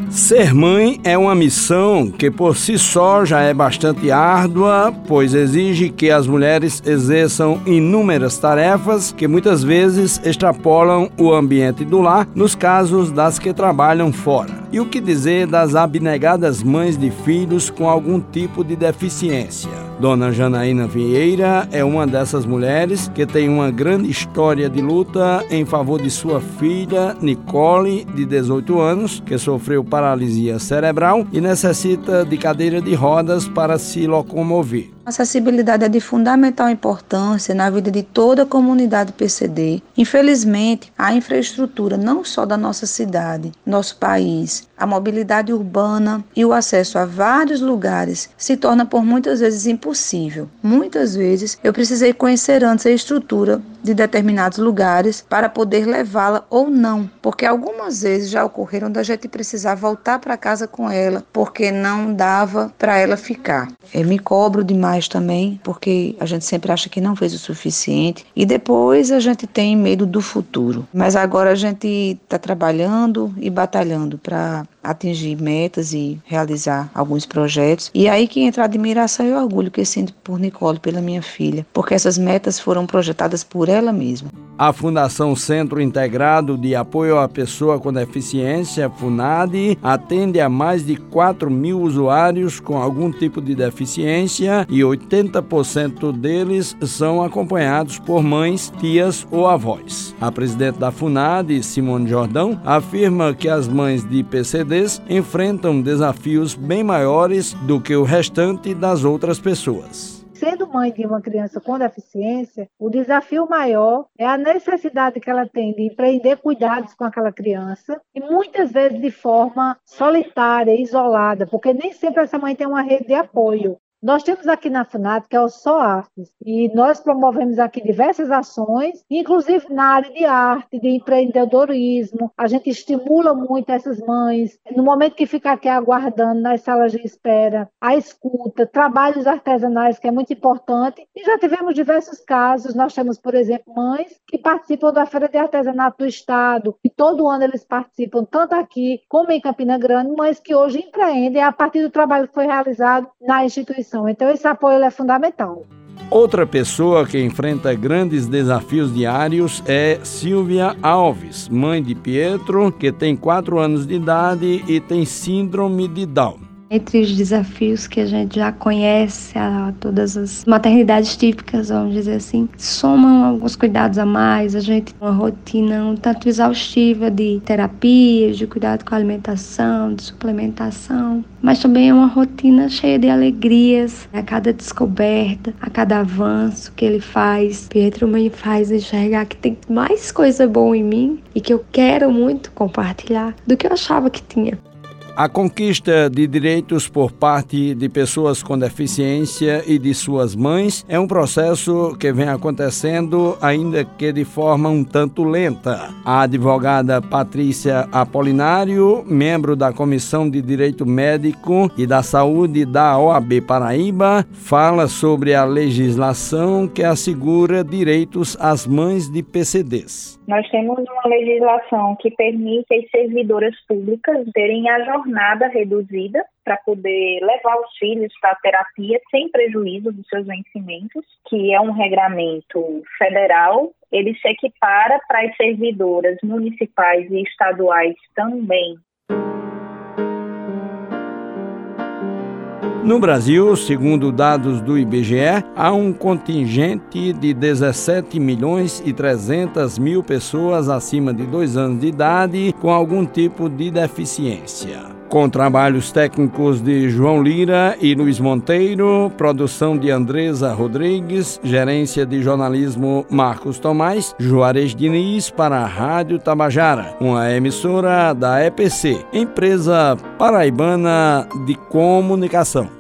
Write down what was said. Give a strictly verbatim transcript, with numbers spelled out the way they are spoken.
Ser mãe é uma missão que por si só já é bastante árdua, pois exige que as mulheres exerçam inúmeras tarefas que muitas vezes extrapolam o ambiente do lar, nos casos das que trabalham fora. E o que dizer das abnegadas mães de filhos com algum tipo de deficiência? Dona Janaína Vieira é uma dessas mulheres que tem uma grande história de luta em favor de sua filha Nicole, de dezoito anos, que sofreu paralisia cerebral e necessita de cadeira de rodas para se locomover. A acessibilidade é de fundamental importância na vida de toda a comunidade P C D. Infelizmente, a infraestrutura não só da nossa cidade, nosso país, a mobilidade urbana e o acesso a vários lugares se torna por muitas vezes impossível. Muitas vezes eu precisei conhecer antes a estrutura de determinados lugares para poder levá-la ou não, porque algumas vezes já ocorreram da gente precisar voltar para casa com ela porque não dava para ela ficar. Eu me cobro demais também, porque a gente sempre acha que não fez o suficiente e depois a gente tem medo do futuro. Mas agora a gente está trabalhando e batalhando para atingir metas e realizar alguns projetos. E aí que entra a admiração e o orgulho que eu sinto por Nicole, pela minha filha, porque essas metas foram projetadas por ela mesma. A Fundação Centro Integrado de Apoio à Pessoa com Deficiência, FUNADE, atende a mais de quatro mil usuários com algum tipo de deficiência e oitenta por cento deles são acompanhados por mães, tias ou avós. A presidente da FUNADE, Simone Jordão, afirma que as mães de P C Ds enfrentam desafios bem maiores do que o restante das outras pessoas. Sendo mãe de uma criança com deficiência, o desafio maior é a necessidade que ela tem de empreender cuidados com aquela criança e muitas vezes de forma solitária, isolada, porque nem sempre essa mãe tem uma rede de apoio. Nós temos aqui na FUNADE, que é o SOARTES, e nós promovemos aqui diversas ações, inclusive na área de arte, de empreendedorismo. A gente estimula muito essas mães, no momento que fica aqui aguardando nas salas de espera, a escuta, trabalhos artesanais, que é muito importante. E já tivemos diversos casos. Nós temos, por exemplo, mães que participam da Feira de Artesanato do Estado, e todo ano eles participam, tanto aqui como em Campina Grande, mães que hoje empreendem a partir do trabalho que foi realizado na instituição. Então, esse apoio é fundamental. Outra pessoa que enfrenta grandes desafios diários é Silvia Alves, mãe de Pietro, que tem quatro anos de idade e tem síndrome de Down. Entre os desafios que a gente já conhece, a todas as maternidades típicas, vamos dizer assim, somam alguns cuidados a mais, a gente tem uma rotina um tanto exaustiva de terapias, de cuidado com a alimentação, de suplementação, mas também é uma rotina cheia de alegrias, a cada descoberta, a cada avanço que ele faz. Pietro me faz enxergar que tem mais coisa boa em mim e que eu quero muito compartilhar do que eu achava que tinha. A conquista de direitos por parte de pessoas com deficiência e de suas mães é um processo que vem acontecendo, ainda que de forma um tanto lenta. A advogada Patrícia Apolinário, membro da Comissão de Direito Médico e da Saúde da O A B Paraíba, fala sobre a legislação que assegura direitos às mães de P C Ds. Nós temos uma legislação que permite às servidoras públicas terem a jornada reduzida para poder levar os filhos para a terapia sem prejuízo dos seus vencimentos, que é um regramento federal. Ele se equipara para as servidoras municipais e estaduais também. No Brasil, segundo dados do I B G E, há um contingente de dezessete milhões e trezentas mil pessoas acima de dois anos de idade com algum tipo de deficiência. Com trabalhos técnicos de João Lira e Luiz Monteiro, produção de Andresa Rodrigues, gerência de jornalismo Marcos Tomás, Juarez Diniz para a Rádio Tabajara, uma emissora da E P C, Empresa Paraibana de Comunicação.